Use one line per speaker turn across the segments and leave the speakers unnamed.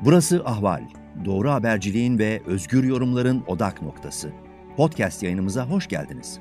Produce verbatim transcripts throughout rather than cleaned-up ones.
Burası Ahval, doğru haberciliğin ve özgür yorumların odak noktası. Podcast yayınımıza hoş geldiniz.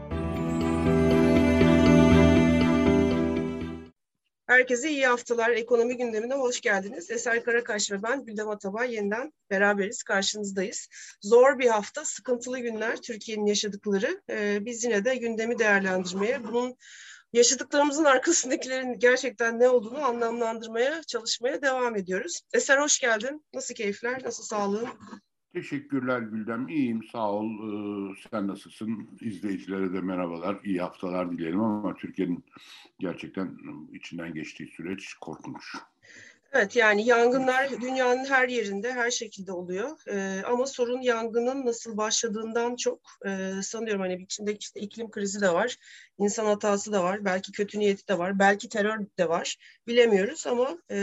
Herkese iyi haftalar. Ekonomi gündemine hoş geldiniz. Eser Karakaş ve ben Güldem Atabay yeniden beraberiz, karşınızdayız. Zor bir hafta, sıkıntılı günler, Türkiye'nin yaşadıkları. Ee, biz yine de gündemi değerlendirmeye, bunun yaşadıklarımızın arkasındakilerin gerçekten ne olduğunu anlamlandırmaya, çalışmaya devam ediyoruz. Eser hoş geldin. Nasıl keyifler, nasıl sağlığın?
Teşekkürler Güldem. İyiyim, sağ ol. Ee, sen nasılsın? İzleyicilere de merhabalar, iyi haftalar dilerim ama Türkiye'nin gerçekten içinden geçtiği süreç korkunç.
Evet, yani yangınlar dünyanın her yerinde, her şekilde oluyor. Ee, ama sorun yangının nasıl başladığından çok e, sanıyorum hani içinde işte iklim krizi de var, insan hatası da var, belki kötü niyeti de var, belki terör de var. Bilemiyoruz ama e,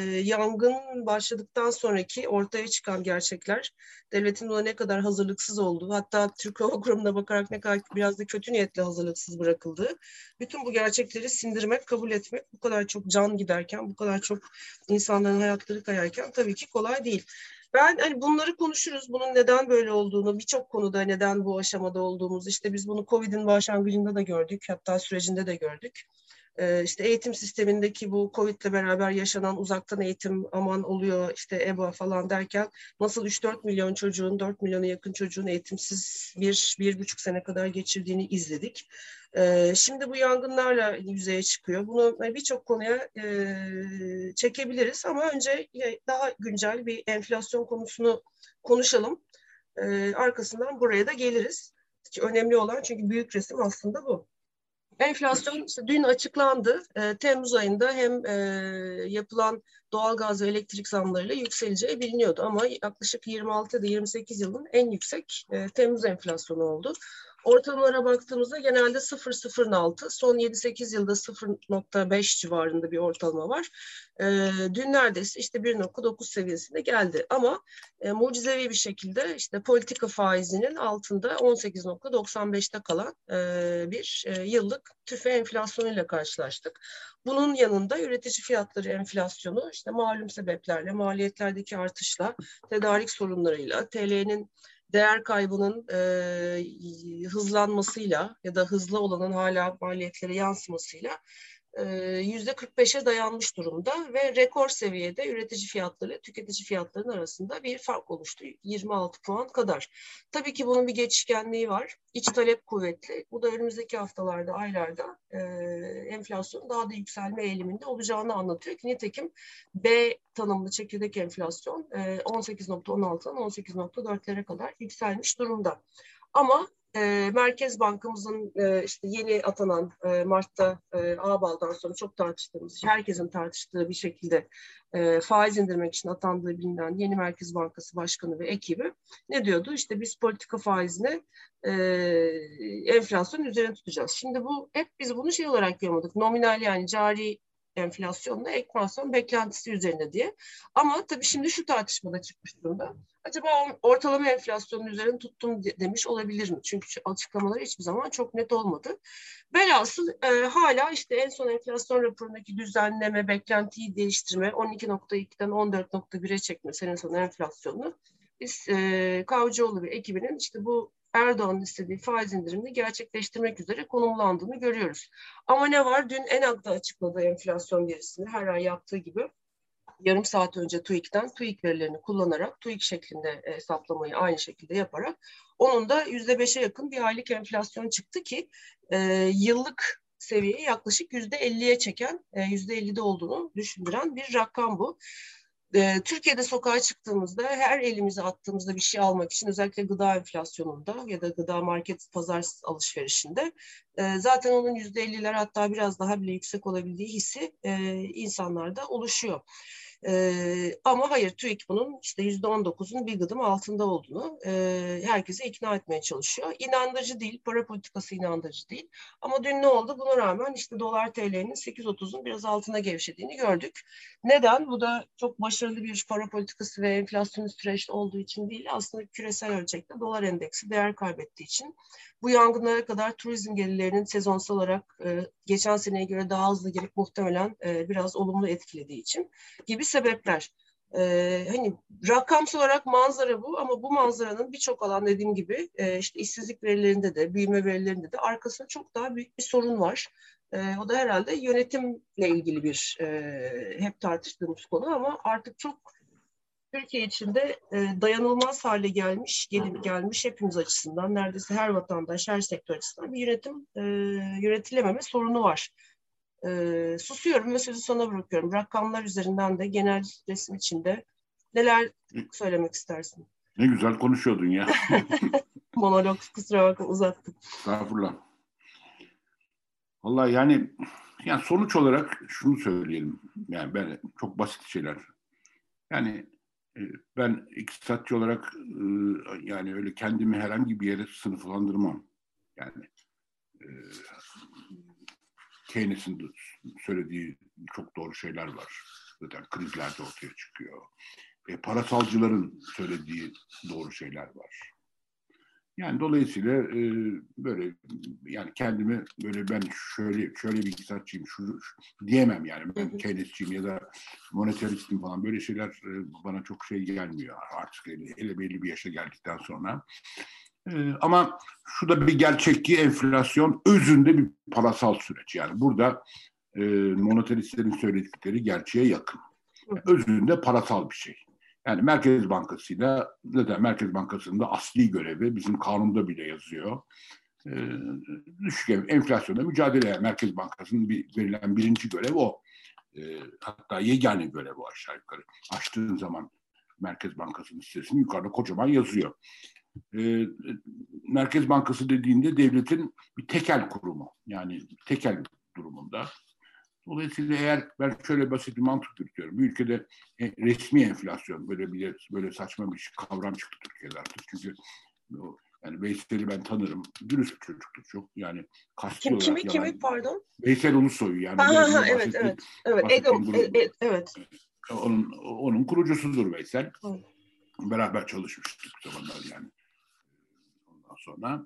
yangın başladıktan sonraki ortaya çıkan gerçekler, devletin buna ne kadar hazırlıksız olduğu, hatta Türk Hava Kurumu'na bakarak ne kadar biraz da kötü niyetle hazırlıksız bırakıldığı, bütün bu gerçekleri sindirmek, kabul etmek, bu kadar çok can giderken, bu kadar çok insanların hayatları kayarken tabii ki kolay değil. Ben hani bunları konuşuruz. Bunun neden böyle olduğunu, birçok konuda neden bu aşamada olduğumuz, işte biz bunu Covid'in başlangıcında da gördük, hatta sürecinde de gördük. Ee, işte eğitim sistemindeki bu Covid'le beraber yaşanan uzaktan eğitim aman oluyor, işte E B A falan derken nasıl üç dört milyon çocuğun, dört milyona yakın çocuğun eğitimsiz bir, bir buçuk sene kadar geçirdiğini izledik. Ee, şimdi bu yangınlarla yüzeye çıkıyor. Bunu birçok konuya e, çekebiliriz ama önce daha güncel bir enflasyon konusunu konuşalım. Ee, arkasından buraya da geliriz. Önemli olan çünkü büyük resim aslında bu. Enflasyon işte dün açıklandı. E, Temmuz ayında hem e, yapılan doğalgaz ve elektrik zamlarıyla yükseleceği biliniyordu ama yaklaşık yirmi altı ya da yirmi sekiz yılın en yüksek e, Temmuz enflasyonu oldu. Ortalamalara baktığımızda genelde sıfır virgül sıfırın altı, son yedi sekiz yılda sıfır virgül beş civarında bir ortalama var. E, dün neredeyse işte bir virgül dokuz seviyesinde geldi ama e, mucizevi bir şekilde işte politika faizinin altında on sekiz virgül doksan beşte kalan e, bir e, yıllık tüfe enflasyonuyla karşılaştık. Bunun yanında üretici fiyatları enflasyonu işte malum sebeplerle, maliyetlerdeki artışla, tedarik sorunlarıyla, T L'nin değer kaybının e, hızlanmasıyla ya da hızlı olanın hala maliyetlere yansımasıyla yüzde kırk beşe dayanmış durumda ve rekor seviyede üretici fiyatları tüketici fiyatlarının arasında bir fark oluştu. yirmi altı puan kadar. Tabii ki bunun bir geçişkenliği var. İç talep kuvvetli. Bu da önümüzdeki haftalarda, aylarda e, enflasyonun daha da yükselme eğiliminde olacağını anlatıyor ki nitekim B tanımlı çekirdek enflasyon e, on sekiz virgül on altıdan on sekiz virgül dörtlere kadar yükselmiş durumda. Ama E, Merkez Bankamızın e, işte yeni atanan e, Mart'ta e, Ağbal'dan sonra çok tartıştığımız, herkesin tartıştığı bir şekilde e, faiz indirmek için atandığı bilinen yeni Merkez Bankası Başkanı ve ekibi ne diyordu? İşte biz politika faizine e, enflasyon üzerine tutacağız. Şimdi bu hep biz bunu şey olarak yorumladık. Nominal yani cari enflasyonla enflasyon beklentisi üzerinde diye. Ama tabii şimdi şu tartışmada çıkmış durumda. Acaba ortalama enflasyonun üzerine tuttum demiş olabilir mi? Çünkü açıklamaları hiçbir zaman çok net olmadı. Velhasıl e, hala işte en son enflasyon raporundaki düzenleme, beklentiyi değiştirme, on iki virgül ikiden on dört virgül bire çekme sene sonu enflasyonunu biz e, Kavcıoğlu ve ekibinin işte bu Erdoğan'ın istediği faiz indirimini gerçekleştirmek üzere konumlandığını görüyoruz. Ama ne var? Dün ENAG'da açıkladığı enflasyon verisini her ay yaptığı gibi yarım saat önce TÜİK'ten TÜİK verilerini kullanarak TÜİK şeklinde hesaplamayı aynı şekilde yaparak onun da yüzde beşe yakın bir aylık enflasyon çıktı ki e, yıllık seviyeyi yaklaşık yüzde elliye çeken, yüzde ellide olduğunu düşündüren bir rakam bu. E, Türkiye'de sokağa çıktığımızda her elimize attığımızda bir şey almak için özellikle gıda enflasyonunda ya da gıda market pazar alışverişinde e, zaten onun yüzde elliler hatta biraz daha bile yüksek olabildiği hissi e, insanlarda oluşuyor. Ee, ama hayır TÜİK bunun işte yüzde on dokuzun bir gıdım altında olduğunu e, herkese ikna etmeye çalışıyor. İnandırıcı değil, para politikası inandırıcı değil. Ama dün ne oldu? Buna rağmen işte dolar T L'nin sekiz otuzun biraz altına gevşediğini gördük. Neden? Bu da çok başarılı bir para politikası ve enflasyonist süreç olduğu için değil. Aslında küresel ölçekte dolar endeksi değer kaybettiği için. Bu yangınlara kadar turizm gelirlerinin sezonsal olarak e, geçen seneye göre daha hızlı gelip muhtemelen e, biraz olumlu etkilediği için gibi sebepler. Ee, hani rakamsal olarak manzara bu ama bu manzaranın birçok alan dediğim gibi e, işte işsizlik verilerinde de büyüme verilerinde de arkasında çok daha büyük bir sorun var. E, o da herhalde yönetimle ilgili bir e, hep tartıştığımız konu ama artık çok Türkiye içinde e, dayanılmaz hale gelmiş, gelip gelmiş hepimiz açısından neredeyse her vatandaş, her sektör açısından bir yönetim e, yönetilememe sorunu var. E, susuyorum ve sözü sana bırakıyorum. Rakamlar üzerinden de genel resim içinde neler söylemek istersin?
Ne güzel konuşuyordun ya.
Monolog, kusura bakma uzattım.
Estağfurullah. Vallahi yani, yani sonuç olarak şunu söyleyelim. Yani ben çok basit şeyler. Yani e, ben iktisatçı olarak e, yani öyle kendimi herhangi bir yere sınıflandırmam. Yani e, Keynes'in söylediği çok doğru şeyler var. Zaten krizlerde ortaya çıkıyor. E, parasalcıların söylediği doğru şeyler var. Yani dolayısıyla e, böyle yani kendimi böyle ben şöyle şöyle bir iktisatçıyım şu, şu diyemem yani ben Keynesçiyim ya da moneteristim falan böyle şeyler e, bana çok şey gelmiyor artık hele, hele belli bir yaşa geldikten sonra. E, ama şu da bir gerçek ki enflasyon özünde bir parasal süreç. Yani burada e, moneteristlerin söyledikleri gerçeğe yakın. Özünde parasal bir şey. Yani Merkez Bankası'yla zaten Merkez Bankası'nın da asli görevi bizim kanunda bile yazıyor. E, düşük enflasyonla mücadele. Merkez Bankası'nın bir, verilen birinci görev o. E, hatta yegane görev o aşağı yukarı. Açtığın zaman Merkez Bankası'nın sitesini yukarıda kocaman yazıyor. E, Merkez Bankası dediğinde devletin bir tekel kurumu. Yani tekel durumunda. Dolayısıyla eğer ben şöyle basit bir mantık yürütüyorum. Bir ülkede resmi enflasyon böyle bir böyle saçma bir kavram çıktı Türkiye'de artık. Çünkü yani Veysel'i ben tanırım. Dürüst bir çocuktur çok. Yani kasti
Kim,
olarak
kimi
yalan.
kimi pardon?
Veysel Ulusoy'u yani.
Ha, ha, ha, evet
bahsettiğim,
evet. Evet. Ego, e, e, evet.
Onun, onun kurucusudur Veysel.
Evet.
Beraber çalışmıştık zamanlar yani. Ondan sonra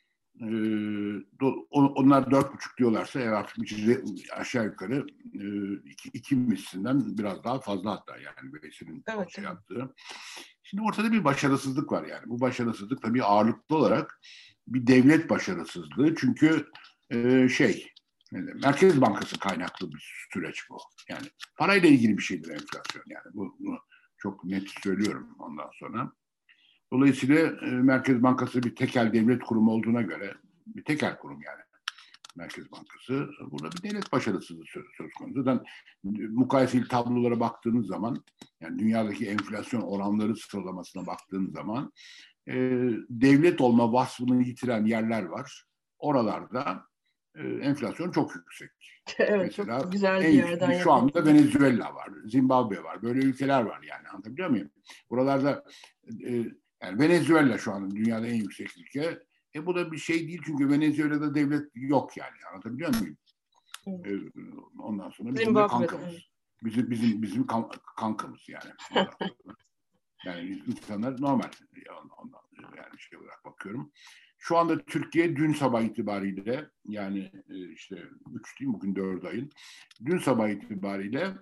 onlar dört buçuk diyorlarsa eğer artık aşağı yukarı iki, iki mislinden biraz daha fazla hatta yani Veysel'in
evet,
şey yaptığı. Şimdi ortada bir başarısızlık var yani. Bu başarısızlık tabii ağırlıklı olarak bir devlet başarısızlığı. Çünkü e, şey Merkez Bankası kaynaklı bir süreç bu. Yani parayla ilgili bir şeydir enflasyon yani. Bu, bunu çok net söylüyorum ondan sonra. Dolayısıyla e, Merkez Bankası bir tekel devlet kurumu olduğuna göre bir tekel kurum yani Merkez Bankası. Burada bir devlet başarısızlığı söz, söz konusu. Zaten mukayeseli tablolara baktığınız zaman yani dünyadaki enflasyon oranları sıralamasına baktığınız zaman e, devlet olma vasfını yitiren yerler var. Oralarda e, enflasyon çok yüksek.
Evet,
Mesela
çok güzel bir
en
yerden
yüksek şu anda Venezuela var, Zimbabwe var. Böyle ülkeler var yani anlatabiliyor muyum? Buralarda e, yani Venezuela şu anda dünyada en yüksek ülke. E bu da bir şey değil çünkü Venezuela'da devlet yok yani anlatabiliyor muyum? E, ondan sonra bizim de kankamız. Evet. Bizim bizim bizim kan, kankamız yani. Yani insanlar normal ondan yani şey olarak bakıyorum. Şu anda Türkiye dün sabah itibariyle yani işte üç değil bugün dört ayın dün sabah itibariyle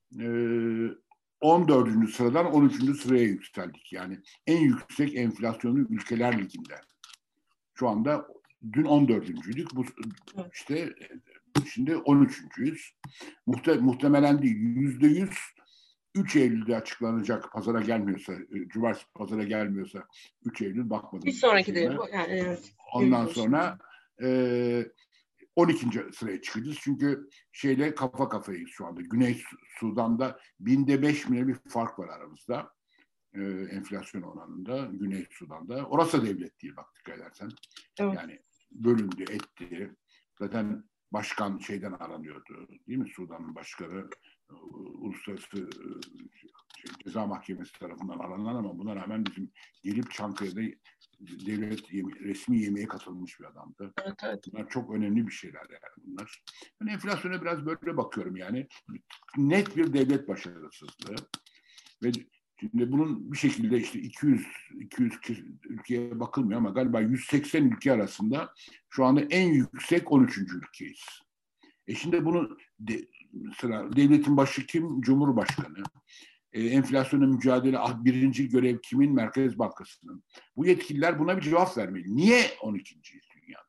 on dördüncü sıradan on üçüncü sıraya yükseldik. Yani en yüksek enflasyonlu ülkeler liginde. Şu anda dün on dördüncüydük. Bu işte şimdi on üçüncüyüz. Muhte, muhtemelen değil. yüzde yüz üç Eylül'de açıklanacak pazara gelmiyorsa, cumartesi pazara gelmiyorsa üç Eylül bakmadım.
Bir sonraki değil. Yani, evet.
Ondan sonra e, on ikinci sıraya çıkacağız. Çünkü şeyle kafa kafayız şu anda. Güney Sudan'da binde beş bine bir fark var aramızda. E, enflasyon oranında Güney Sudan'da. Orası devlet değil bak dikkat edersen. Evet. Yani bölündü, etti. Zaten başkan şeyden aranıyordu. Değil mi? Sudan'ın başkanı Uluslararası şey, Ceza Mahkemesi tarafından aranan ama buna rağmen bizim gelip Çankaya'da devlet yeme- resmi yemeğe katılmış bir adamdı.
Evet, evet.
Bunlar çok önemli bir şeyler yani bunlar. Ben enflasyona biraz böyle bakıyorum yani. Net bir devlet başarısızlığı ve şimdi bunun bir şekilde işte iki yüz iki yüz ülkeye bakılmıyor ama galiba yüz seksen ülke arasında şu anda en yüksek on üçüncü ülkeyiz. E şimdi bunu de, sıra devletin başı kim? Cumhurbaşkanı. E, enflasyona mücadele birinci görev kimin? Merkez Bankası'nın. Bu yetkililer buna bir cevap vermeli. Niye on ikinciyiz dünyada?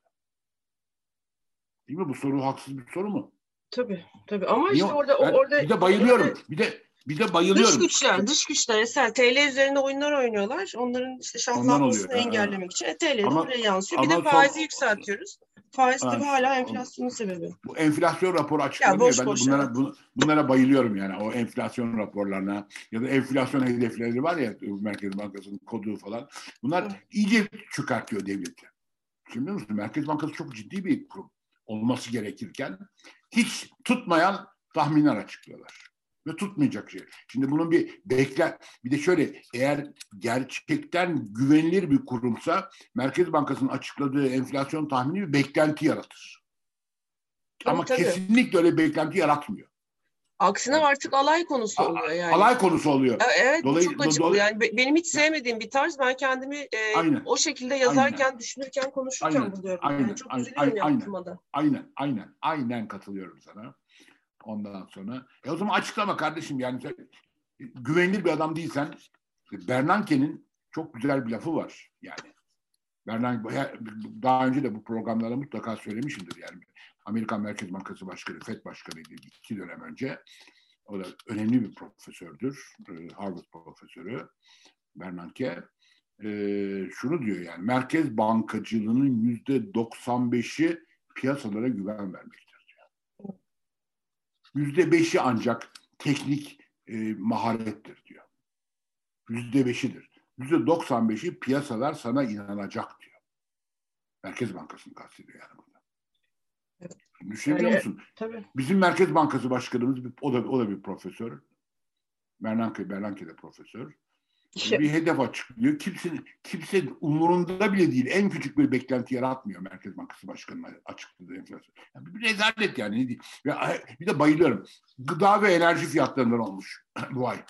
Değil mi? Bu soru haksız bir soru mu?
Tabii, tabii. Ama
Niye?
işte orada
Ben
orada
bir de bayılıyorum.
orada
Bir de bir de
dış
bayılıyorum.
güçler, dış güçler mesela T L üzerinde oyunlar oynuyorlar. Onların işte
Ondan oluyor.
şahlanmasını engellemek için e, T L de
Ama
oraya yansıyor. Bir de
ama son
faizi yükseltiyoruz. Faiz
ha,
tabii
işte,
hala
on,
enflasyonun sebebi.
bu enflasyon raporu
Ya
açıklanıyor.
boş
Ben de
boş
bunlara
evet.
bu, bunlara bayılıyorum yani. O enflasyon raporlarına ya da enflasyon hedefleri var ya Merkez Bankası'nın kodu falan. Bunlar
Evet.
iyice çıkartıyor devleti. Şimdi biliyor musun? Merkez Bankası çok ciddi bir kurum olması gerekirken hiç tutmayan tahminler açıklıyorlar. Ve tutmayacak şey. Şimdi bunun bir bekle, bir de şöyle, eğer gerçekten güvenilir bir kurumsa Merkez Bankası'nın açıkladığı enflasyon tahmini bir beklenti yaratır.
Tabii,
Ama
tabii.
kesinlikle öyle bir beklenti yaratmıyor.
Aksine
Yani,
artık alay konusu oluyor yani.
alay konusu oluyor.
Ya evet, bu çok
Dolayı,
açık
do,
oluyor.
do,
Yani be- benim hiç sevmediğim bir tarz. Ben kendimi e,
aynen,
o şekilde
aynen,
yazarken, düşünürken, konuşurken
aynen,
buluyorum. Yani
aynen,
çok
aynen,
üzülüyorum
aynen,
yaptığıma da.
aynen, aynen, aynen katılıyorum sana. Ondan sonra, e o zaman açıklama kardeşim yani sen, güvenilir bir adam değilsen, Bernanke'nin çok güzel bir lafı var yani. Bernanke, daha önce de bu programlarda mutlaka söylemişimdir yani. Amerikan Merkez Bankası Başkanı, Fed Başkanı'ydı iki dönem önce. O da önemli bir profesördür. Harvard profesörü Bernanke. Ee, şunu diyor yani, merkez bankacılığının yüzde doksan beşi piyasalara güven vermektir diyor. Yüzde beşi ancak teknik e, maharettir diyor. Yüzde beşidir. Yüzde doksan beşi piyasalar sana inanacak diyor. Merkez Bankası'nı kastediyor yani burada.
Evet.
Düşünebiliyor
Yani,
musun?
tabii.
Bizim Merkez Bankası Başkanımız, o da, o da bir profesör. Bernanke, Bernanke de profesör. Bir hedef açıklıyor. Kimsenin, kimse umurunda bile değil. En küçük bir beklenti yaratmıyor Merkez Bankası Başkanı'na açıkladığı enflasyon. Yani bir rezalet yani. Ne diyeyim. Ve bir de bayılıyorum. Gıda ve enerji fiyatlarından olmuş bu ay.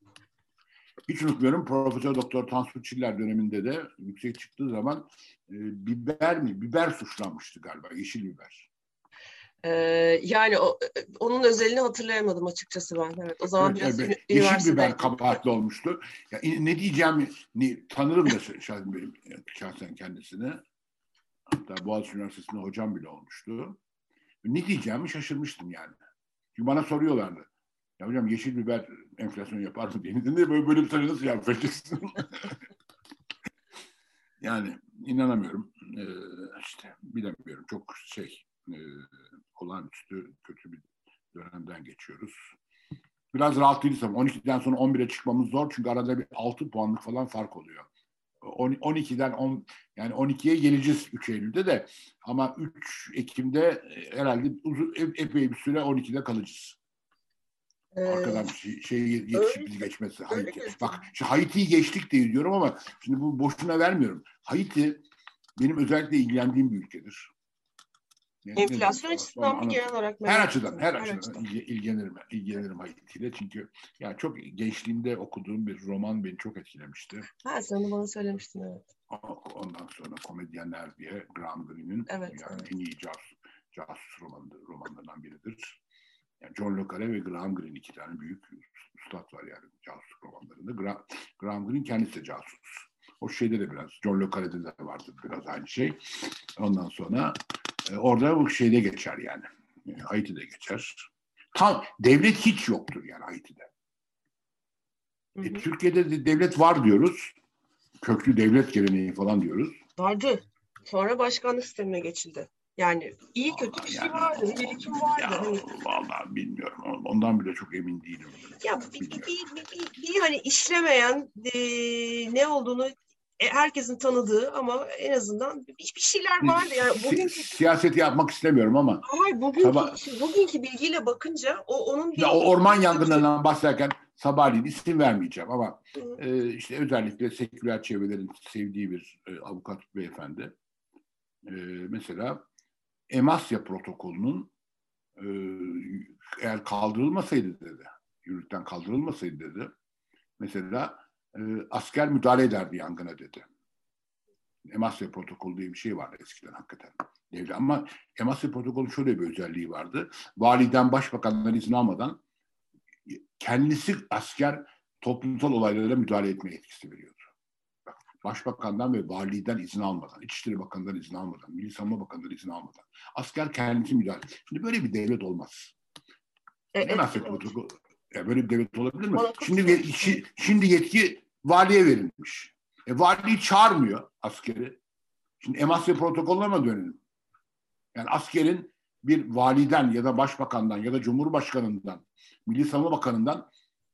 Hiç unutmuyorum. Profesör Doktor Tansu Çiller döneminde de yüksek çıktığı zaman e, biber mi? Biber suçlanmıştı galiba. Yeşil biber.
Ee, yani o, onun özelini hatırlayamadım açıkçası ben. Evet, o zaman
Evet,
biraz
evet.
ünü-
Yeşil biber
üniversitedeydim.
kabahatli olmuştu. Ya, ne diyeceğimi ne, tanırım da şahsen, benim, şahsen kendisini. Hatta Boğaziçi Üniversitesi'nde hocam bile olmuştu. Ne diyeceğimi şaşırmıştım yani. Çünkü bana soruyorlardı. Ya hocam yeşil biber enflasyon yapar mı diye. Ne böyle, böyle bir soru nasıl yapacaksın? Yani inanamıyorum. Ee, işte bilemiyorum. Çok şey e, olağanüstü kötü bir dönemden geçiyoruz. Biraz rahat değilsem on ikiden sonra on bire çıkmamız zor. Çünkü arada bir altı puanlık falan fark oluyor. on ikiden on yani on ikiye geleceğiz üç Eylül'de de, ama üç Ekim'de herhalde uzun, epey bir süre on ikide kalacağız.
Ee,
Arkadan şey, şey yetişip bizi geçmesi Haiti. Bak şu Haiti'yi geçtik diye diyorum ama şimdi bu boşuna vermiyorum. Haiti benim özellikle ilgilendiğim bir ülkedir. Yani
enflasyon açısından mı genel olarak
her
merak
açıdan,
ettim.
her,
Her
açıdan,
açıdan.
ilgilenirim, ilgilenirim Haiti'yle çünkü yani çok gençliğimde okuduğum bir roman beni çok etkilemişti.
Ha, sen onu bana söylemiştin, evet.
Ondan sonra Komedyenler diye Graham Greene'in
Evet,
yani
evet.
en iyi casus, casus romanı, romanlarından biridir. Yani John le Carré ve Graham Greene iki tane büyük üstad var yani casus romanlarında. Gra Graham Greene kendisi de casus. O şeyde de biraz, John le Carré'de de vardır biraz aynı şey. Ondan sonra e, orada bu şeyde geçer yani. E, Haiti'de geçer. Tam devlet hiç yoktur yani Haiti'de.
Hı hı.
E, Türkiye'de de devlet var diyoruz. Köklü devlet geleneği falan diyoruz.
Vardı. Sonra başkanlık sistemine geçildi. Yani iyi
Vallahi
kötü bir şey
yani,
vardı. Bir birikim vardı.
Ya,
Hani,
vallahi bilmiyorum. Ondan bile çok emin değilim.
ya bir, bir, bir, bir, bir, bir hani işlemeyen e, ne olduğunu e, herkesin tanıdığı ama en azından bir, bir şeyler vardı. Yani
Si
bugünkü
siyaset yapmak istemiyorum ama
hayır, bugünkü
sabah,
şimdi bugünkü bilgiyle bakınca o onun
ya
bir
o orman
kötü.
yangınlarından bahsederken sabahleyin isim vermeyeceğim ama
Hı.
e, işte özellikle seküler çevrelerin sevdiği bir e, avukat beyefendi e, mesela Emasya protokolünün e, eğer kaldırılmasaydı dedi, yürürlükten kaldırılmasaydı dedi, mesela e, asker müdahale ederdi yangına dedi. Emasya protokolü diye bir şey vardı eskiden hakikaten. Devlet. Ama Emasya protokolü şöyle bir özelliği vardı. Validen başbakandan izin almadan kendisi asker toplumsal olaylara müdahale etme yetkisi veriyordu. Başbakandan ve validen izin almadan, İçişleri Bakanı'ndan izin almadan, Milli Savunma Bakanı'ndan izin almadan. Asker kendisi müdahale. Şimdi böyle bir devlet olmaz.
E,
Ne nasıl protokol? Ya böyle bir devlet olabilir mi? Şimdi şimdi yetki valiye verilmiş. E, valiyi çağırmıyor askeri. Şimdi Emasya protokolüne dönelim. Yani askerin bir validen ya da başbakandan ya da cumhurbaşkanından, Milli Savunma Bakanı'ndan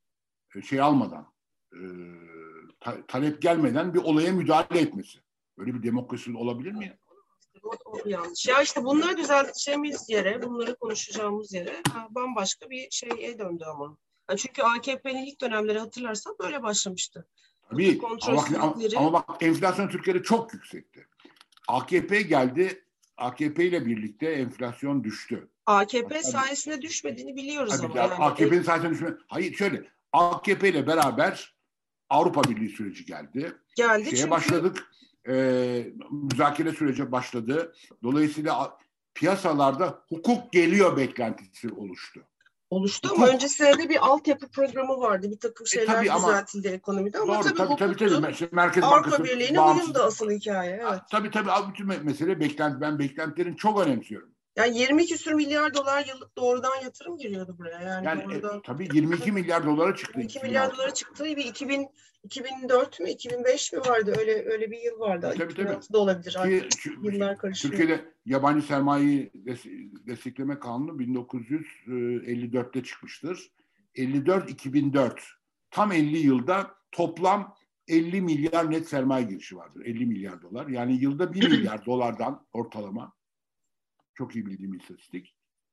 şey almadan, e, ta, talep gelmeden bir olaya müdahale etmesi. Böyle bir demokrasi olabilir mi?
O, o yanlış. Ya işte bunları düzelteceğimiz yere, bunları konuşacağımız yere bambaşka bir şeye döndü ama. Yani çünkü A K P'nin ilk dönemleri hatırlarsan böyle başlamıştı.
Tabii ama bak, ama, ama bak enflasyon Türkiye'de çok yüksekti. A K P geldi, A K P ile birlikte enflasyon düştü.
A K P Hatta, sayesinde düşmediğini biliyoruz
tabii,
ama.
Yani. A K P'nin sayesinde düşmedi. Hayır şöyle, A K P ile beraber Avrupa Birliği süreci geldi.
Geldi
Şeye
çünkü...
başladık, e, müzakere süreci başladı. Dolayısıyla piyasalarda hukuk geliyor beklentisi oluştu.
Oluştu hukuk. Ama öncesinde de bir altyapı programı vardı. Bir takım şeyler e, düzeltildi ama, ekonomide. Ama
doğru,
tabii,
tabii, tabii, tabii.
Hukuktu,
Merkez
Avrupa
Bankası
Birliği'ne uyum da asıl hikaye. Evet.
Tabii tabii. Bütün mesele beklenti. Ben beklentilerin çok önemsiyorum.
Yani yirmi küsur milyar dolar yıllık doğrudan yatırım giriyordu buraya. Yani,
yani
doğrudan...
e, tabii yirmi iki milyar dolara çıktı.
yirmi iki milyar dolara çıktı. Bir iki bin, iki bin dört mü iki bin beş mi vardı? Öyle öyle bir yıl vardı.
Tabii,
iki bin altı da olabilir. Ki,
Ki,
yıllar karışıyor.
Türkiye'de yabancı sermayeyi destekleme kanunu bin dokuz yüz elli dörtte çıkmıştır. elli dört iki bin dört tam elli yılda toplam elli milyar net sermaye girişi vardır. elli milyar dolar. Yani yılda bir milyar dolardan ortalama, çok iyi bildiğim istatistik,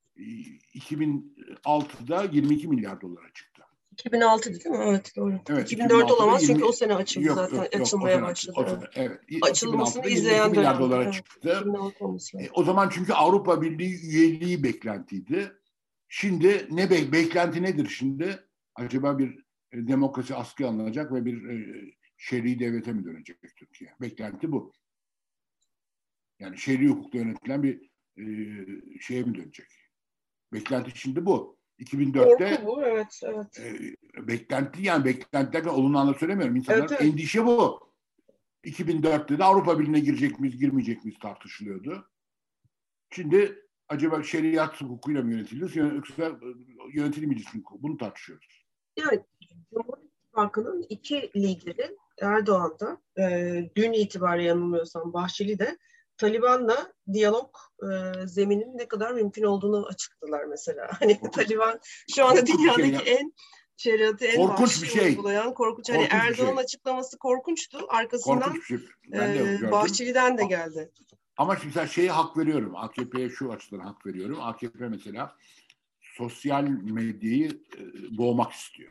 iki bin altıda yirmi iki milyar dolara çıktı.
iki bin altı değil mi? Evet doğru.
Evet,
iki bin dört olamaz
yirmi...
çünkü o sene açıldı
yok,
zaten.
Yok, yok,
açılmaya
sene,
başladı.
O sene, evet.
Açılmasını izleyen
milyar
dönemde,
dolara
evet.
çıktı.
E,
o zaman çünkü Avrupa Birliği üyeliği beklentiydi. Şimdi ne be beklenti nedir şimdi? Acaba bir e, demokrasi askıya alınacak ve bir e, şer'i devlete mi dönecek Türkiye? Beklenti bu. Yani şer'i hukukla yönetilen bir e, şeye mi dönecek? Beklenti şimdi bu. iki bin dörtte
korku bu, evet, evet.
E, beklenti yani beklentilerden olumlu söylemiyorum. İnsanlar
evet, evet.
endişe bu. iki bin dörtte de Avrupa Birliği'ne girecek miyiz, girmeyecek miyiz tartışılıyordu. Şimdi acaba şeriat hukukuyla mı yönetiliyoruz, yoksa yönetim ilişkin hukuku, bunu tartışıyoruz.
Yani Cumhur İttifakı'nın iki lideri Erdoğan da e, dün itibariyle yanılmıyorsam Bahçeli de Taliban'la diyalog e, zeminin ne kadar mümkün olduğunu açıkladılar mesela. Hani o, Taliban şu anda dünyadaki şey en şeriatı en
korkunç bir şey.
uygulayan korkunç. Hani Erdoğan'ın şey. açıklaması korkunçtu. Arkasından korkunç bir şey. Ben de e, Bahçeli'den de geldi.
Ama şimdi sen şeye hak veriyorum. A K P'ye şu açıdan hak veriyorum. A K P mesela sosyal medyayı e, boğmak istiyor.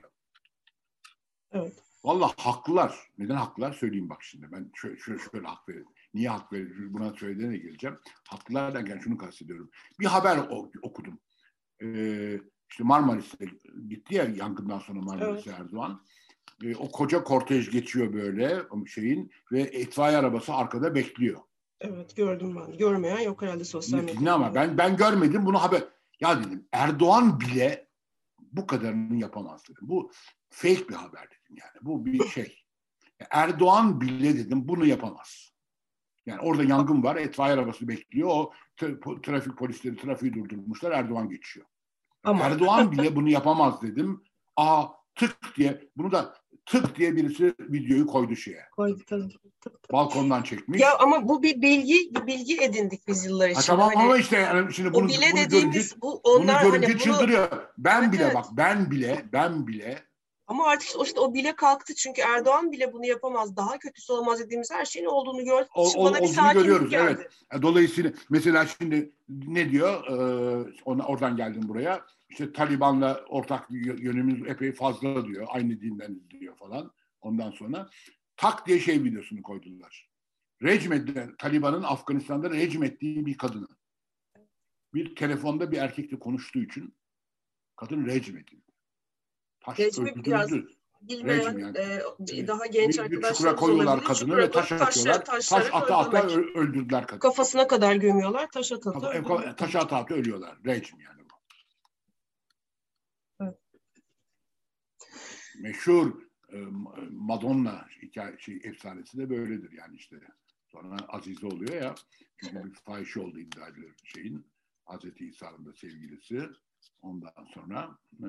Evet.
Vallahi haklılar. Neden haklılar? Söyleyeyim bak şimdi. Ben şöyle, şöyle, şöyle hak veriyorum. Niye hak veriyorum? Buna söylediğine geleceğim. Haklılar derken şunu kastediyorum. Bir haber okudum. Ee, işte Marmaris'te gitti ya yangından sonra Marmaris'e evet. Erdoğan. Ee, o koca kortej geçiyor böyle şeyin ve itfaiye arabası arkada bekliyor.
Evet gördüm ben. Görmeyen yok herhalde sosyal medyada.
Ama ben ben görmedim bunu haber. Ya dedim Erdoğan bile bu kadarını yapamaz dedim. Bu fake bir haber dedim yani. Bu bir şey. Erdoğan bile dedim bunu yapamaz. Yani orada yangın var. İtfaiye arabası bekliyor. O tra- trafik polisleri trafiği durdurmuşlar. Erdoğan geçiyor. Ama. Erdoğan bile bunu yapamaz dedim. Aa tık diye bunu da tık diye birisi videoyu koydu şeye.
Koydu tabii.
Balkondan çekmiş.
Ya ama bu bir bilgi bir bilgi edindik biz yıllar içinde.
Ha, tamam
hani,
ama işte yani şimdi bunu,
o bile
bunu
dediğimiz
görünce,
bu onlar
bunu görünce
hani
çıldırıyor.
bunu,
Ben
evet,
bile
evet.
bak ben bile ben bile
ama artık işte, işte o bile kalktı çünkü Erdoğan bile bunu yapamaz. Daha kötüsü olmaz dediğimiz her şeyin olduğunu gördük.
O,
Şimdi bana bir sakinlik
görüyoruz,
geldi.
Evet. Dolayısıyla mesela şimdi ne diyor? Ee, ona, oradan geldim buraya. İşte Taliban'la ortak yönümüz epey fazla diyor. Aynı dindeniz diyor falan. Ondan sonra tak diye şey videosunu koydular. Rejim ettiği, Taliban'ın Afganistan'da rejim ettiği bir kadını. Bir telefonda bir erkekle konuştuğu için kadın rejim edildi. Taş öldürüldü.
Bilmeyen, yani. e, daha genç
bir,
arkadaşlar
bir çukura koyuyorlar kadını ve taş atıyorlar. Taş ata ata öldürdüler kadını.
Kafasına kadar gömüyorlar, taş ata ata
öldürdüler. Taş ata ata ölüyorlar. Rejim yani bu.
Evet.
Meşhur Madonna hikaye, şey, efsanesi de böyledir yani işte. Sonra Azize oluyor ya. Çünkü bir fahişe olduğu iddia edilir şeyin. Hazreti İsa'nın da sevgilisi. Ondan sonra e,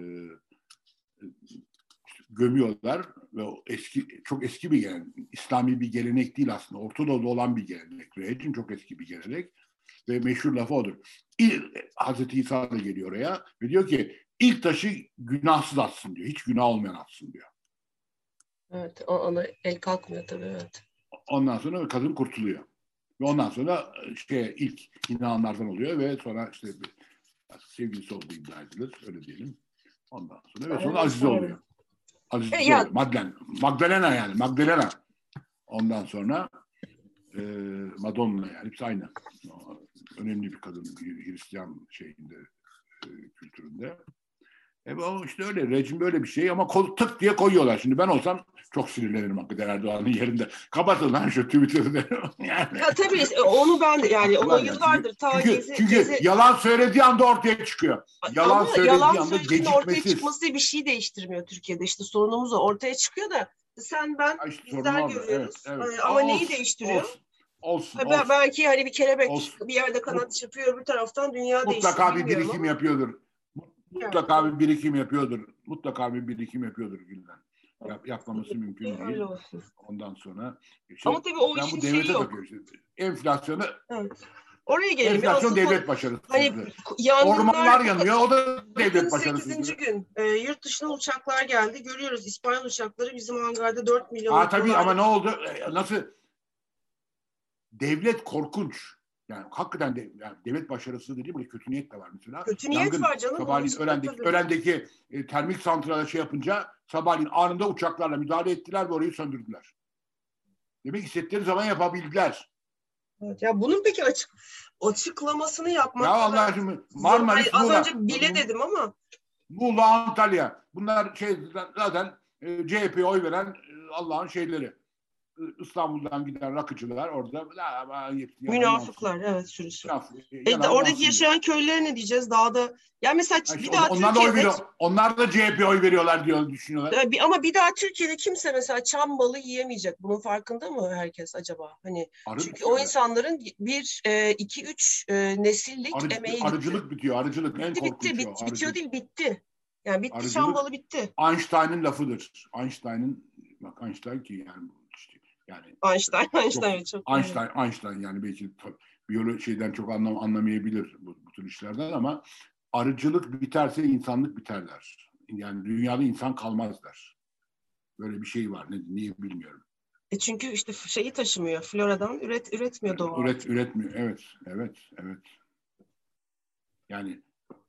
gömüyorlar ve o eski, çok eski bir gelenek. İslami bir gelenek değil aslında. Orta Doğu'da olan bir gelenek. Ve için çok eski bir gelenek. Ve meşhur lafı odur. İlk, Hazreti İsa da geliyor oraya ve diyor ki ilk taşı günahsız atsın diyor. Hiç günah olmayan atsın diyor.
Evet, ona el kalkmıyor tabii, evet.
Ondan sonra kadın kurtuluyor. Ve ondan sonra şey, ilk inananlardan oluyor ve sonra işte sevgilisi olduğu iddia edilir. Öyle diyelim. Ondan sonra ve sonra Azize oluyor. Azize
e,
oluyor. Magdalena. Magdalena yani. Magdalena. Ondan sonra e, Madonna yani. Hepsi aynı. Önemli bir kadın. Hristiyan şeyinde, e, kültüründe. E o işte öyle. Rejim böyle bir şey ama tık diye koyuyorlar. Şimdi ben olsam çok sinirlenirim hakikaten Erdoğan'ın yerinde. Kapatın lan şu Twitter'ı. Yani.
Ya tabii onu ben de yani onu yıllardır ta
çünkü,
gezi,
çünkü
gezi...
yalan söylediği anda ortaya çıkıyor. Yalan
ama
söylediği
yalan
anda
söylediğinde ortaya
gecikmesiz.
çıkması bir şey değiştirmiyor Türkiye'de. İşte sorunumuz o. Ortaya çıkıyor da sen ben
işte
bizler görüyoruz.
Evet, evet.
Ama
olsun,
neyi değiştiriyor?
Olsun. Olsun,
Ha,
olsun.
Belki hani bir kelebek
olsun.
bir yerde kanat çırpıyor, bir taraftan dünya
Mutlaka
değişiyor.
bir birikim
ama.
yapıyordur. Mutlaka bir birikim yapıyordur. Mutlaka bir birikim yapıyordur Gülden. Yap, yapmaması mümkün değil. Ondan sonra işte,
ama tabii o
ben
işin
bu devlete
şeyi yok.
takıyorum işte. Enflasyonu
evet. Oraya gelelim.
enflasyon
Asıl
devlet
konu,
başarısızlığı.
Hani yangınlar,
ormanlar yanıyor. O da devlet başarısızlığı.
sekizinci gün e, yurt dışına uçaklar geldi. Görüyoruz İspanyol uçakları bizim hangarda dört milyon.
Aa, tabii ama ne oldu? Nasıl? Devlet korkunç. Yani hakikaten de, yani devlet başarısızlığı değil, burada kötü niyet de var mesela.
Kötü niyet
Yangın,
var canım.
sabahleyin Ören'deki, Ören'deki e, termik santrale şey yapınca sabahleyin anında uçaklarla müdahale ettiler ve orayı söndürdüler. Demek istedikleri zaman yapabildiler.
Evet, ya bunun peki açık açıklamasını yapmak.
Ya Allah aşkına Marmaris,
az
Muğla.
önce bile dedim ama.
Muğla, Antalya. Bunlar şey zaten e, C H P'ye oy veren e, Allah'ın şeyleri. İstanbul'dan giden rakıcılar orada
münafıklar, evet, sürüsü. E,
yalan
oradaki yaşayan diyor. Köylüler ne diyeceğiz? Dağda. Ya mesela
işte
bir daha
onlar
Türkiye'de
da oy onlar da C H P'ye oy veriyorlar diyor düşünüyorlar.
Ama bir daha Türkiye'de kimse mesela çam balı yiyemeyecek. Bunun farkında mı herkes acaba? Hani Arı çünkü o insanların bir e, iki üç e, nesillik
Arı,
emeği
arıcılık
gitti.
bitiyor. Arıcılık en
bitti,
korkunç
bitti,
o.
Bitti, bitiyor değil, bitti. Yani bitti,
arıcılık,
çam balı bitti.
Einstein'ın lafıdır. Einstein'ın bak Einstein ki yani işte yani
Einstein, Einstein çok, çok
Einstein, yani. Einstein yani belki biyoloji şeyden çok anlam anlamayabilir bu, bu tür işlerden ama arıcılık biterse insanlık biterler. Yani dünyada insan kalmazlar. Böyle bir şey var. Ne, niye bilmiyorum.
E çünkü işte şeyi taşımıyor. Floradan üret üretmiyor doğa.
Üret üretmiyor. Evet, evet, evet. Yani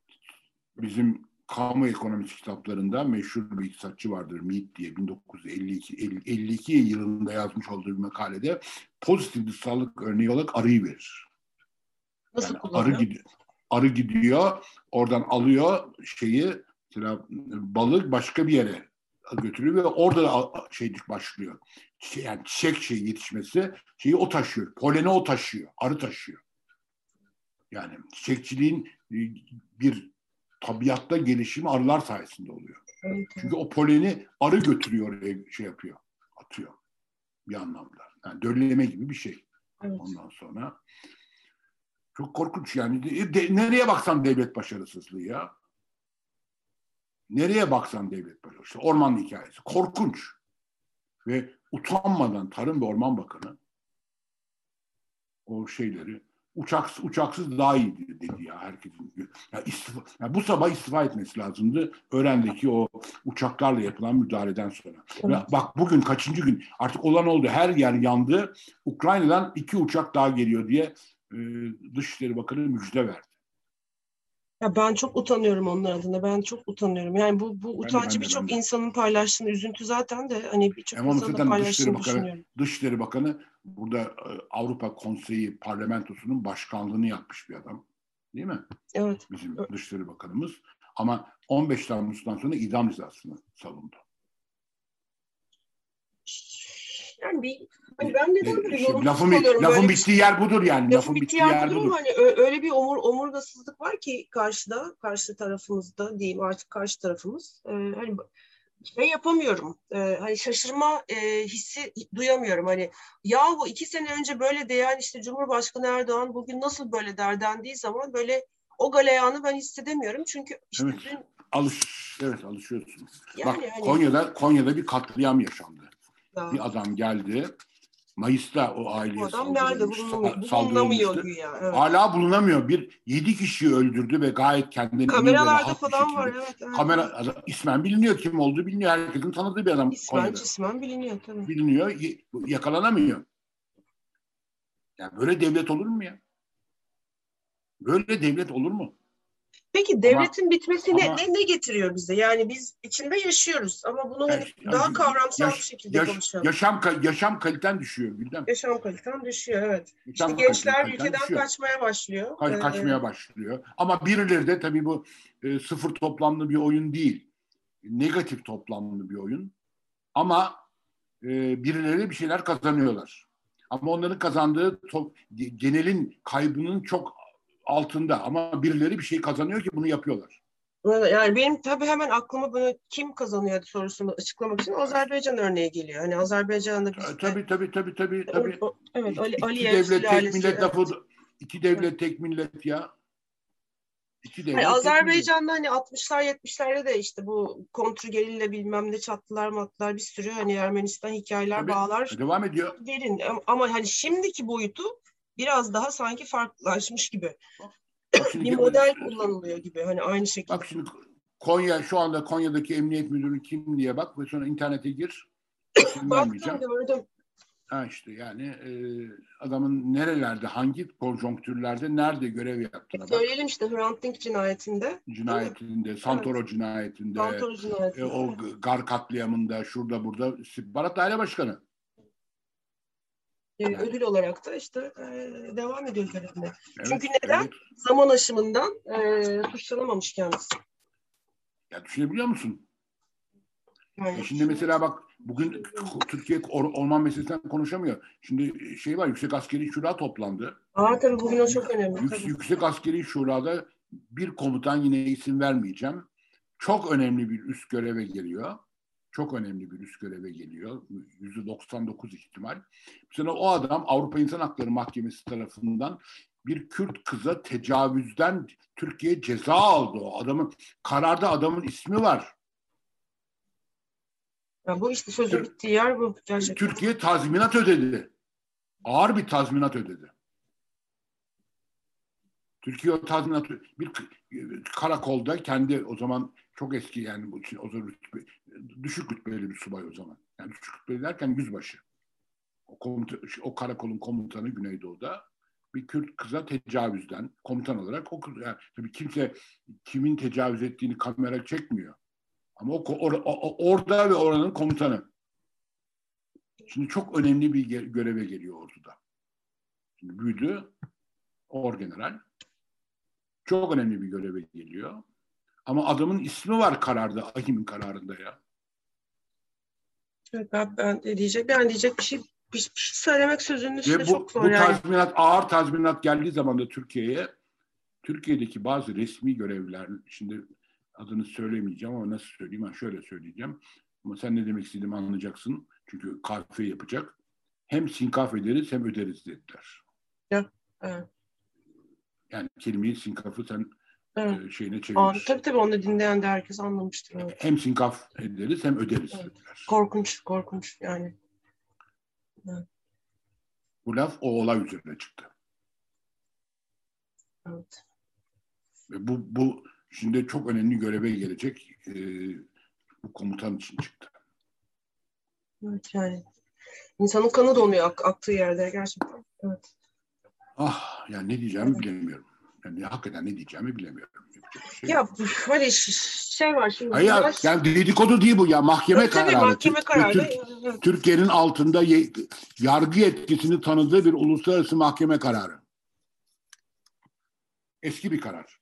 bizim kamu ekonomisi kitaplarında meşhur bir iktisatçı vardır, Mead diye bin dokuz yüz elli iki elli iki yılında yazmış olduğu bir makalede pozitif dışsallık örneği olarak arıyı verir.
Nasıl
yani arı gidiyor, arı gidiyor, oradan alıyor şeyi, mesela balık başka bir yere götürüyor ve orada da şeycik başlıyor. Yani çiçek şeyi yetişmesi, şeyi o taşıyor, poleni o taşıyor, arı taşıyor. Yani çiçekçiliğin bir tabiatta gelişimi arılar sayesinde oluyor. Evet. Çünkü o poleni arı götürüyor, oraya şey yapıyor, atıyor bir anlamda. Yani dölleme gibi bir şey. Evet. Ondan sonra çok korkunç yani. De, nereye baksan devlet başarısızlığı ya. Nereye baksan devlet başarısızlığı. Orman hikayesi. Korkunç. Ve utanmadan Tarım ve Orman Bakanı o şeyleri uçak uçaksız daha iyi dedi ya herkesin. Ya istifa, ya bu sabah istifa etmesi lazımdı. Öğrendeki o uçaklarla yapılan müdahaleden sonra. Evet. Bak bugün kaçıncı gün artık olan oldu. Her yer yandı. Ukrayna'dan iki uçak daha geliyor diye e, Dışişleri Bakanı müjde verdi.
Ya ben çok utanıyorum onlar adına. Ben çok utanıyorum. Yani bu bu utancı birçok insanın paylaştığını, üzüntü zaten de hani birçok insanın da paylaştığını düşünüyorum.
Dışişleri Bakanı burada Avrupa Konseyi Parlamentosu'nun başkanlığını yapmış bir adam. Değil mi?
Evet.
Bizim evet. Dışişleri Bakanımız. Ama on beş Temmuz'dan sonra idam cezasını savundu.
Yani bir hani ben neden böyle
işte,
yorumsuz
lafın,
kalıyorum?
Lafın
böyle
bittiği yer budur yani.
Lafın,
lafın bittiği yer, yer budur.
Ama hani öyle bir omur, omurgasızlık var ki karşıda, karşı tarafımızda diyeyim artık karşı tarafımız. Ee, hani şey yapamıyorum. E, hani şaşırma e, hissi duyamıyorum. Hani yahu iki sene önce böyle diyen işte Cumhurbaşkanı Erdoğan bugün nasıl böyle der dendiği zaman böyle o galeyanı ben hissedemiyorum. Çünkü işte
Evet.
dün
Alış, evet alışıyorsun.
yani
Bak
hani
Konya'da Konya'da bir katliam yaşandı.
ya,
Bir adam geldi. Mayıs'ta o
bu
aileye
adam nerede
saldırılmış,
bulunamıyor, bulunamıyor
saldırılmıştı.
güya. Evet.
Hala bulunamıyor. Bir yedi kişiyi öldürdü ve gayet kendinden emin ve
Kameralarda
rahat bir
falan var.
şekilde.
Evet, evet, evet.
Kamera ismen biliniyor, kim olduğu biliniyor. Herkesin tanıdığı bir adam
İsmen
Konya'da.
cismen biliniyor tabii.
Biliniyor, yakalanamıyor. Yani böyle devlet olur mu ya? Böyle devlet olur mu?
Peki
Ama
devletin bitmesi ne,
ama
ne, ne getiriyor bize? Yani biz içinde yaşıyoruz ama bunu hani
yaş,
daha kavramsal bir
yaş,
şekilde
yaş,
konuşalım.
yaşam yaşam kaliten düşüyor Gülden.
Yaşam kaliten düşüyor, evet. İşte
Yaşam
gençler
kaliten
ülkeden
düşüyor.
kaçmaya başlıyor.
Ka-
Ee,
kaçmaya başlıyor. Ama birileri de tabii bu e, sıfır toplamlı bir oyun değil. Negatif toplamlı bir oyun. Ama e, birileri bir şeyler kazanıyorlar. Ama onların kazandığı top, genelin kaybının çok altında. Ama birileri bir şey kazanıyor ki bunu yapıyorlar.
Yani benim tabii hemen aklıma böyle kim kazanıyor sorusunu açıklamak için Azerbaycan örneği geliyor. Hani Azerbaycan'da
E,
bizde
Tabii tabii tabii tabii
o,
tabii.
o- evet Ali,
İki, iki
Aliyev
devlet tek
sülalesi,
millet lafı,
evet.
iki
Evet.
devlet tek millet ya. İki
Hani
devlet tek millet.
Azerbaycan'da hani altmışlar yetmişlerde de işte bu kontrgerilla bilmem ne çattılar mattılar bir sürü hani Ermenistan hikayeler
Tabii
bağlar
devam ediyor.
çok derin ama, ama hani şimdiki boyutu biraz daha sanki farklılaşmış gibi.
Bak
Bir
şimdi
model kullanılıyor gibi hani aynı şekilde.
bak şimdi Konya şu anda Konya'daki emniyet müdürü kim diye bak ve sonra internete gir. İsim
Baktım
vermeyeceğim.
gördüm.
Ha işte yani e, adamın nerelerde, hangi konjonktürlerde, nerede görev yaptığına bak.
Söyleyelim işte Hrant Dink cinayetinde değil mi?
Cinayetinde,
Evet.
Santoro cinayetinde,
Santoro
e,
cinayetinde.
o
Evet.
Gar katliamında, şurada burada istihbarat daire başkanı.
Ee,
Yani
ödül olarak da işte e, devam ediyor görevine.
evet,
Çünkü neden?
evet.
Zaman aşımından e, suçlanamamış kendisi.
Ya düşünebiliyor musun? E
Yani
şimdi mesela bak bugün Türkiye or- orman meselesinden konuşamıyor. Şimdi şey var, Yüksek Askeri Şura toplandı.
Aa, tabii bugün o çok
Yük,
önemli.
yük,
Tabii.
Yüksek Askeri Şura'da bir komutan, yine isim vermeyeceğim, çok önemli bir üst göreve geliyor. Çok önemli bir üst göreve geliyor. yüzde doksan dokuz ihtimal. Mesela o adam Avrupa İnsan Hakları Mahkemesi tarafından bir Kürt kıza tecavüzden Türkiye ceza aldı. O adamın kararda adamın ismi var.
Ya bu işte sözün
Tür-
bittiği yer bu gerçekten.
Türkiye tazminat ödedi. Ağır bir tazminat ödedi. Türkiye o tazminat bir karakolda kendi, o zaman çok eski yani bu o zaman rütbe, düşük rütbeli bir subay o zaman. Yani düşük rütbeli derken yüzbaşı. O, komuta, o karakolun komutanı Güneydoğu'da bir Kürt kıza tecavüzden komutan olarak o yani tabii kimse kimin tecavüz ettiğini kamera çekmiyor. Ama o, or, o orada ve oranın komutanı. Şimdi çok önemli bir göreve geliyor orduda. Şimdi büyüdü, orgeneral. Çok önemli bir göreve geliyor. Ama adamın ismi var kararda, hakimin kararında ya.
Evet, ben, ben de diyecek, ben diyecek bir şey, bir şey söylemek sözünün üstüne
Ve
çok
bu,
zor
bu
yani.
tazminat, ağır tazminat geldiği zaman da Türkiye'ye, Türkiye'deki bazı resmi görevliler, şimdi adını söylemeyeceğim ama nasıl söyleyeyim, ben şöyle söyleyeceğim. Ama sen ne demek istediğimi anlayacaksın. Çünkü kahve yapacak. Hem sinkaf ederiz hem öderiz dediler.
Ya, evet.
Yani kelimeyi, sinkafı sen
Evet.
e, şeyine
An,
çevir.
tabii tabii onu dinleyen de herkes anlamıştır. Evet.
Hem sinkaf ederiz hem öderiz
Evet.
dediler.
Korkunç, korkunç yani. Evet.
Bu laf o olay üzerine çıktı.
Evet.
Ve bu, bu şimdi çok önemli göreve gelecek e, bu komutan için çıktı.
Evet yani. İnsanın kanı donuyor ak- aktığı yerde gerçekten. Evet.
Ah yani ne diyeceğimi evet. bilemiyorum. Yani hakikaten ne diyeceğimi bilemiyorum. Şey
ya hani şey var şimdi.
Hayır ya,
yaş...
yani dedikodu değil bu ya, mahkeme
tabii,
kararı.
tabii, mahkeme kararı.
Türk,
evet.
Türkiye'nin altında ye, yargı yetkisini tanıdığı bir uluslararası mahkeme kararı. Eski bir karar.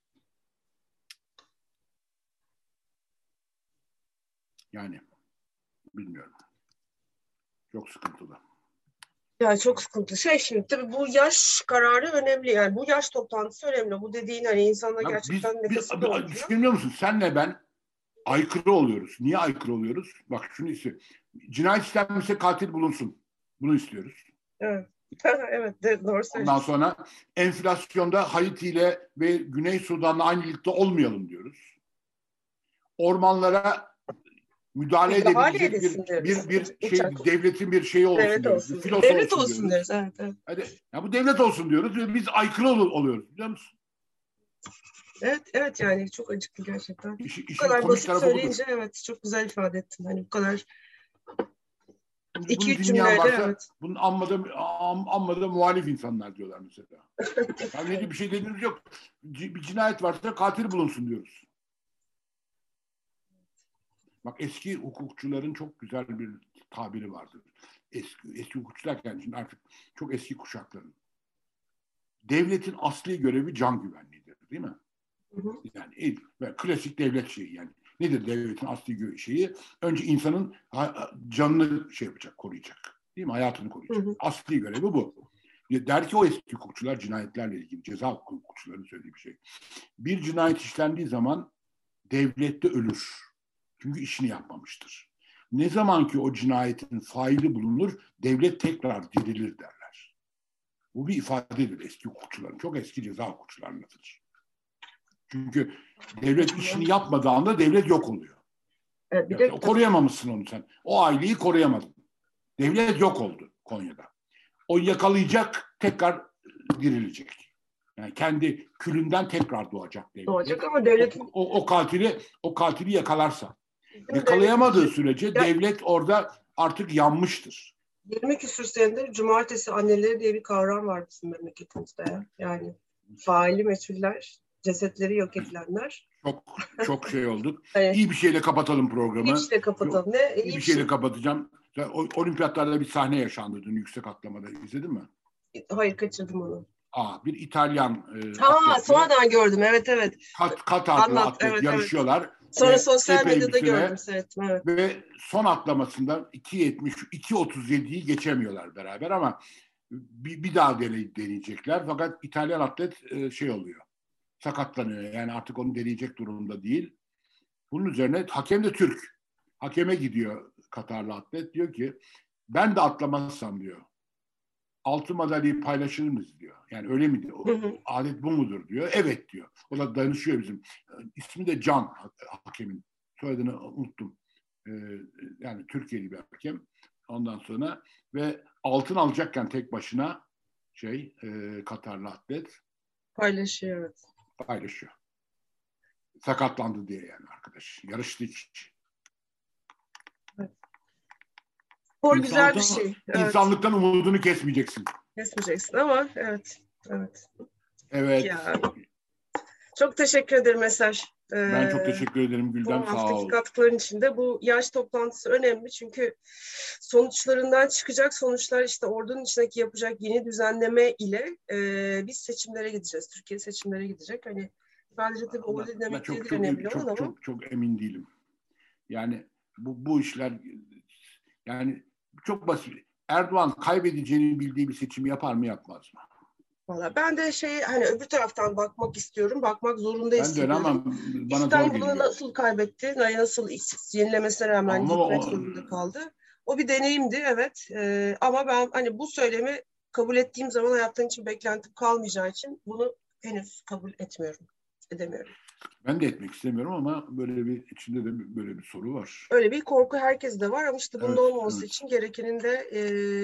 Yani bilmiyorum. Çok sıkıntılı.
Ya çok sıkıntı. Şey şimdi tabii bu yaş kararı önemli. Yani bu yaş toplantısı önemli. Bu dediğin hani insana
Ya
gerçekten
biz,
nefesi
biz
dolduruyor.
düşünüyor musun? Senle ben aykırı oluyoruz. Niye aykırı oluyoruz? Bak şunu istiyor. Cinayet işlenmişse katil bulunsun. Bunu istiyoruz.
Evet. Evet, de, doğru söylüyorsun.
Ondan sonra enflasyonda Haiti ile ve Güney Sudan'la aynı ligde olmayalım diyoruz. Ormanlara müdahale
Müdahale
edebilecek bir, bir, bir
Uçak.
şey, devletin bir şeyi olsun
devlet
diyoruz.
olsun.
Bir filosu
Devlet
olsun,
olsun
diyoruz.
deriz. Evet, evet.
Hadi, ya bu devlet olsun diyoruz ve biz aykırı ol, oluyoruz biliyor musun?
Evet, evet yani çok acıklı gerçekten.
İşi,
Bu kadar basit söyleyince
budur.
evet çok güzel ifade ettin. Hani bu kadar
Bunu,
iki
bunu
üç
dinleyen
cümleyle
varsa
evet.
bunun amma da, am, amma da muhalif insanlar diyorlar mesela. Yani ne diye bir şey dediğimiz yok. C- bir cinayet varsa katil bulunsun diyoruz. Bak eski hukukçuların çok güzel bir tabiri vardır. Eski, eski hukukçu derken şimdi artık çok eski kuşakların. Devletin asli görevi can güvenliğidir değil mi?
Hı hı.
Yani klasik devlet şeyi yani. Nedir devletin asli şeyi? Önce insanın canını şey yapacak, koruyacak. Değil mi? Hayatını koruyacak. Hı hı. Asli görevi bu. Der ki o eski hukukçular cinayetlerle ilgili, ceza hukukçularının söylediği bir şey. Bir cinayet işlendiği zaman devlette ölür. Çünkü işini yapmamıştır. Ne zaman ki o cinayetin faili bulunur, devlet tekrar dirilir derler. Bu bir ifadedir eski hukukçuların. Çok eski ceza hukukçularının lafıdır. Çünkü devlet işini yapmadığı anda devlet yok oluyor. Evet, bir de... Koruyamamışsın onu sen. O aileyi koruyamadın. Devlet yok oldu Konya'da. O yakalayacak, tekrar dirilecek. Yani kendi külünden tekrar doğacak devlet.
Doğacak ama devlet...
O, o, o katili o katili yakalarsa. Yakalayamadığı devlet... sürece ya... devlet orada artık yanmıştır.
yirmi küsur senedir cumartesi anneleri diye bir kavram var bizim memleketimizde. Yani faili meçhuller, cesetleri yok edilenler.
Çok çok şey olduk.
Evet.
İyi bir şeyle kapatalım programı.
İyi bir şeyle kapatalım. Ne?
İyi, iyi bir şeyle şey. kapatacağım. Olimpiyatlarda bir sahne yaşandı dün yüksek atlamada. İzledin mi?
Hayır, kaçırdım onu.
Aa, bir İtalyan
e, Ha, sonradan gördüm. Evet, evet.
Kat, Katar'da atlet evet, yarışıyorlar.
Evet. Sonra sosyal medyada gördüm. Evet, evet.
Ve son atlamasında iki yetmiş, iki otuz yediyi geçemiyorlar beraber ama bir, bir daha deney, deneyecekler. Fakat İtalyan atlet e, şey oluyor. Sakatlanıyor. Yani artık onu deneyecek durumda değil. Bunun üzerine hakem de Türk. Hakeme gidiyor Katarlı atlet. Diyor ki ben de atlamazsam diyor. Altın madalyayı paylaşır mıyız diyor. Yani öyle mi diyor. Hı hı. Adet bu mudur diyor. Evet diyor. O da danışıyor bizim. İsmi de Can hakemin. Soyadını unuttum. Ee, yani Türkiye'li bir hakem. Ondan sonra ve altın alacakken tek başına şey e, Katarlı atlet
paylaşıyor. Evet.
Paylaşıyor. Sakatlandı diye yani arkadaş. Yarıştı hiç.
Evet. Spor güzel bir şey.
Evet. İnsanlıktan umudunu kesmeyeceksin.
Kesmeyeceksin ama evet. Evet.
Evet.
Ya. Çok teşekkür ederim Eser.
Ee, ben çok teşekkür ederim Gülden.
Bu
sağ ol.
haftaki katkıların içinde bu yaş toplantısı önemli çünkü sonuçlarından çıkacak sonuçlar işte ordunun içindeki yapacak yeni düzenleme ile e, biz seçimlere gideceğiz. Türkiye seçimlere gidecek. Hani sadece tabii ordu dinamikleri
çok,
de önemli
çok,
olan ama.
Çok, çok emin değilim. Yani bu, bu işler yani çok basit. Erdoğan kaybedeceğini bildiği bir seçimi yapar mı yapmaz mı?
Valla ben de şey hani öbür taraftan bakmak istiyorum. Bakmak zorunda hissediyorum.
Ben de ama bana
İstanbul'u nasıl kaybetti? Nasıl yenilemesine rağmen ama gitmek o, zorunda kaldı. O bir deneyimdi evet. Ee, ama ben hani bu söylemi kabul ettiğim zaman hayattan için beklentim kalmayacağı için bunu henüz kabul etmiyorum. Edemiyorum.
Ben de etmek istemiyorum ama böyle bir içinde de böyle bir soru var.
Öyle bir korku herkeste var ama işte bunun evet, olmaması evet. için gerekenin de e,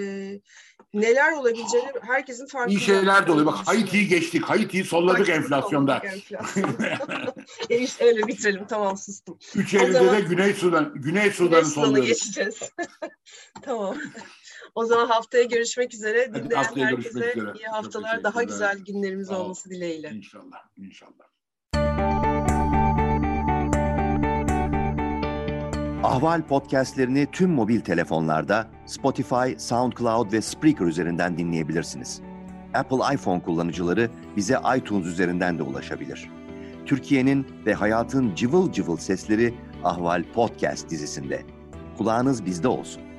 neler olabileceğini herkesin farkında.
İyi şeyler de oluyor. Bak Haiti'yi geçtik. Haiti'yi solladık enflasyonda.
enflasyonda. İşte öyle bitirelim. Tamam sustum.
Üç Eylül'de zaman... de Güney Sudan, Güney Sudan'ı solluyoruz.
geçeceğiz. Tamam. O zaman haftaya görüşmek üzere. Dinleyen
haftaya
herkese iyi haftalar. Daha güzel günlerimiz Sağ olması dileğiyle.
İnşallah. İnşallah.
Ahval podcastlerini tüm mobil telefonlarda Spotify, SoundCloud ve Spreaker üzerinden dinleyebilirsiniz. Apple iPhone kullanıcıları bize iTunes üzerinden de ulaşabilir. Türkiye'nin ve hayatın cıvıl cıvıl sesleri Ahval Podcast dizisinde. Kulağınız bizde olsun.